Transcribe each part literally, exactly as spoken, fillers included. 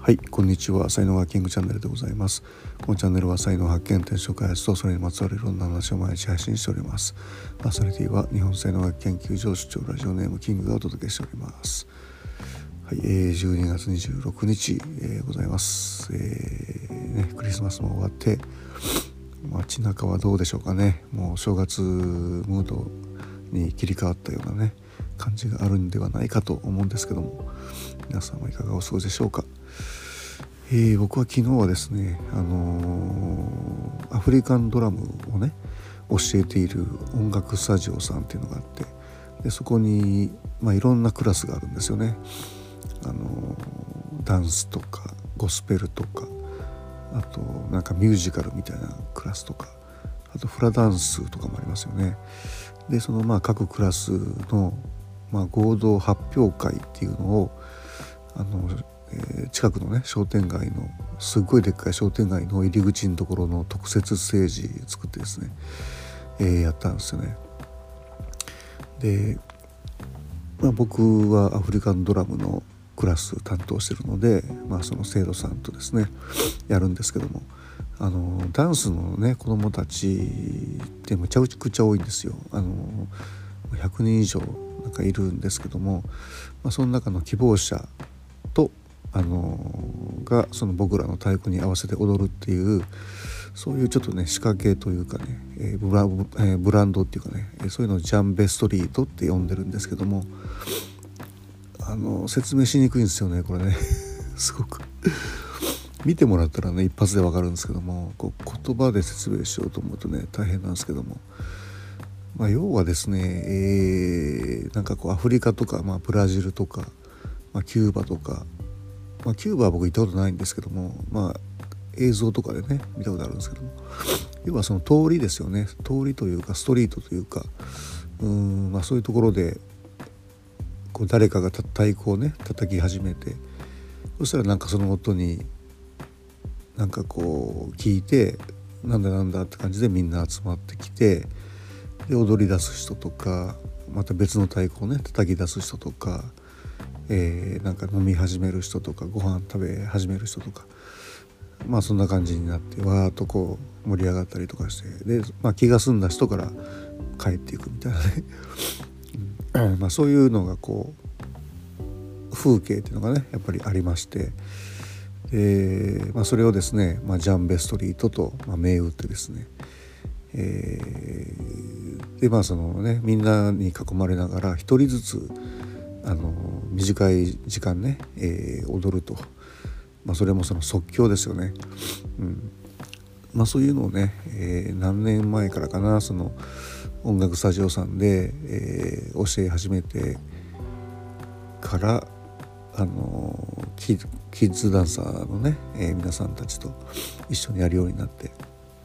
はい、こんにちは。才能ハッキングチャンネルでございます。このチャンネルは才能発見、転職開発とそれにまつわるいろんな話を毎日配信しております。パーソナリティは日本才能学研究所所長ラジオネームキングがお届けしております。はい、えー、じゅうにがつにじゅうろくにち、えー、ございます、えーね。クリスマスも終わって街中はどうでしょうかね。もう正月ムードに切り替わったようなね感じがあるんではないかと思うんですけども、皆さんはいかがお過ごしでしょうか。えー、僕は昨日はですね、あのー、アフリカンドラムをね教えている音楽スタジオさんっていうのがあって、でそこに、まあ、いろんなクラスがあるんですよね。あのー、ダンスとかゴスペルとか、あとなんかミュージカルみたいなクラスとか、あとフラダンスとかもありますよね。でそのまあ各クラスの、まあ、合同発表会っていうのをあのえー、近くのね商店街のすっごいでっかい商店街の入り口のところの特設ステージ作ってですね、えー、やったんですよね。で、まあ、僕はアフリカンドラムのクラス担当してるので、まあ、その生徒さんとですねやるんですけども、あのダンスのね子どもたちってめちゃくちゃ多いんですよ。あのひゃくにん以上なんかいるんですけども、まあ、その中の希望者とあのがその僕らの太鼓に合わせて踊るっていう、そういうちょっとね仕掛けというかね、えー、ブラ、えー、ブランドっていうかね、そういうのをジャンベストリートって呼んでるんですけども、あの説明しにくいんですよねこれねすごく見てもらったらね一発でわかるんですけども、こう言葉で説明しようと思うとね大変なんですけども、まあ、要はですね、えー、なんかこうアフリカとか、まあ、ブラジルとか、まあ、キューバとか、まあ、キューバは僕行ったことないんですけども、まあ映像とかでね見たことあるんですけども、要はその通りですよね。通りというかストリートというか、うーん、まあ、そういうところでこう誰かが太鼓をね叩き始めて、そしたらなんかその音になんかこう聞いてなんだなんだって感じでみんな集まってきて、で踊り出す人とか、また別の太鼓をね叩き出す人とか、えー、なんか飲み始める人とかご飯食べ始める人とか、まあそんな感じになってわーっとこう盛り上がったりとかして、で、まあ、気が済んだ人から帰っていくみたいなねうん、まあそういうのがこう風景っていうのがねやっぱりありまして、で、まあ、それをですね、まあ、ジャンベストリートと、まあ、銘打ってですね、えー、でまあそのねみんなに囲まれながら一人ずつあの短い時間ね、えー、踊ると、まあ、それもその即興ですよね。うんまあ、そういうのをね、えー、何年前からかな、その音楽スタジオさんで、えー、教え始めてからあのキキッズダンサーのね、えー、皆さんたちと一緒にやるようになって、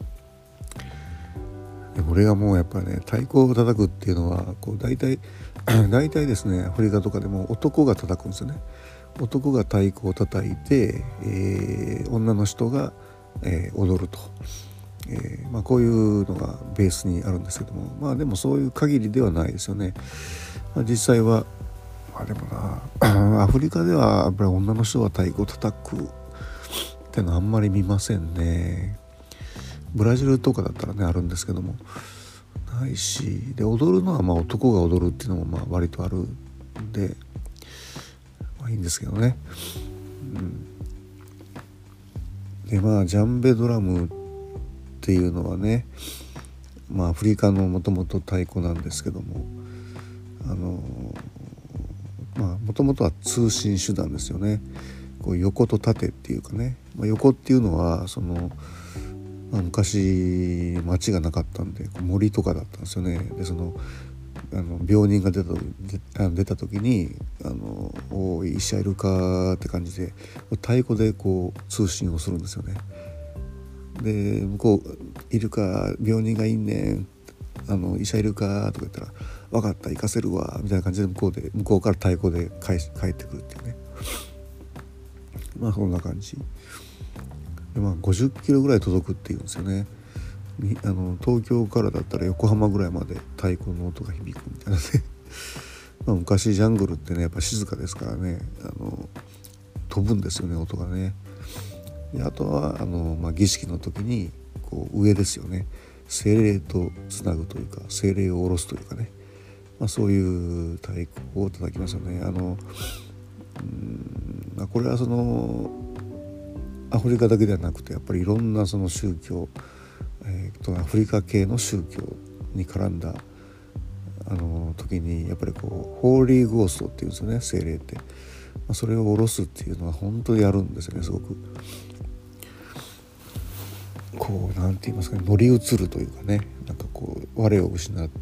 でこれがもうやっぱりね太鼓を叩くっていうのはこう大体大体ですねアフリカとかでも男が叩くんですよね。男が太鼓を叩いて、えー、女の人が、えー、踊ると、えーまあ、こういうのがベースにあるんですけども、まあでもそういう限りではないですよね。まあ、実際はまあでもなアフリカではやっぱり女の人は太鼓を叩くってのはあんまり見ませんね。ブラジルとかだったらねあるんですけどもないし、で踊るのはまあ男が踊るっていうのもまあ割とあるんで、まあ、いいんですけどね、うん、でまあジャンベドラムっていうのはね、まあアフリカのもともと太鼓なんですけども、あのまあもともとは通信手段ですよね。こう横と縦っていうかね、まあ、横っていうのはそのまあ、昔町がなかったんで森とかだったんですよね。でそのあの病人が出た出出た時にあの「おい医者いるか」って感じで太鼓でこう通信をするんですよね。で向こう「いるか病人がいんねん」あの「医者いるか」とか言ったら「分かった行かせるわ」みたいな感じで向こうで向こうから太鼓で返し帰ってくるっていうね、まあそんな感じで、まあ、ごじゅっキロぐらい届くっていうんですよね。あの東京からだったら横浜ぐらいまで太鼓の音が響くみたいなねまあ昔ジャングルってねやっぱ静かですからね、あの飛ぶんですよね、音がね。であとはあの、まあ、儀式の時にこう上ですよね、精霊とつなぐというか精霊を下ろすというかね、まあ、そういう太鼓を叩きますよね。あのうんこれはそのアフリカだけではなくてやっぱりいろんなその宗教、えー、とアフリカ系の宗教に絡んだあの時にやっぱりこうホーリーゴーストっていうんですよね、精霊って、まあ、それを下ろすっていうのは本当にやるんですよね。すごくこうなんて言いますかね、乗り移るというかね、なんかこう我を失って、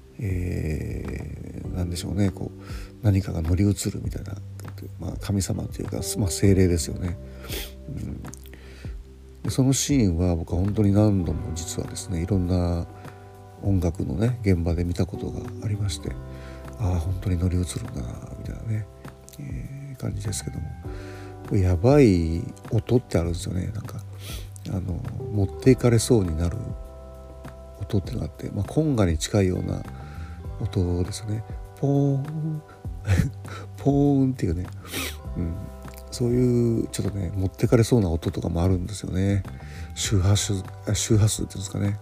えー、なんでしょうね、こう何かが乗り移るみたいな、まあ、神様というか、まあ、精霊ですよね、うん、でそのシーンは僕は本当に何度も実はですねいろんな音楽のね現場で見たことがありまして、ああ本当に乗り移るんだなみたいなね、えー、感じですけども、やばい音ってあるんですよね。なんかあの持っていかれそうになる音っていうのがあって、まあ、コンガに近いような音ですね。ポーンポーンっていうね、うん、そういうちょっとね持ってかれそうな音とかもあるんですよね。周波数周波数っていうんですかね、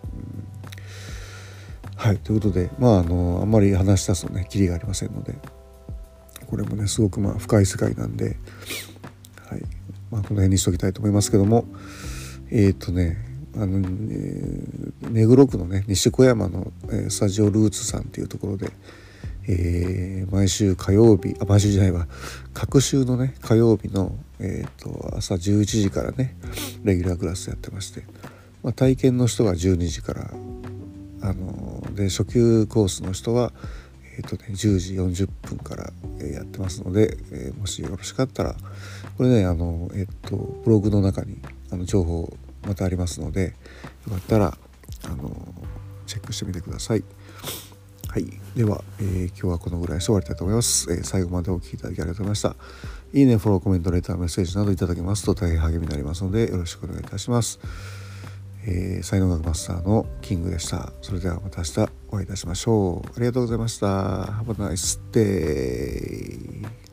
うん、はい、ということで、まああのあんまり話し出すとねキリがありませんので、これもねすごくまあ深い世界なんで、はい、まあ、この辺にしときたいと思いますけども、えっとねあの、えー、目黒区のね西小山の、えー、スタジオルーツさんっていうところで、えー、毎週火曜日あ毎週じゃないわ各週のね火曜日の、えー、と朝じゅういちじからねレギュラークラスやってまして、まあ、体験の人がじゅうにじから、あのー、で初級コースの人は、えーとね、じゅうじよんじゅっぷんから、えー、やってますので、えー、もしよろしかったらこれねあの、えー、とブログの中にあの情報またありますので、よかったらあのチェックしてみてください。はい、では、えー、今日はこのぐらいで終わりたいと思います、えー、最後までお聞きいただきありがとうございました。いいね、フォロー、コメント、レター、メッセージなどいただけますと大変励みになりますのでよろしくお願いいたします。えー、才能学マスターのキングでした。それではまた明日お会いいたしましょう。ありがとうございました。Have a nice day.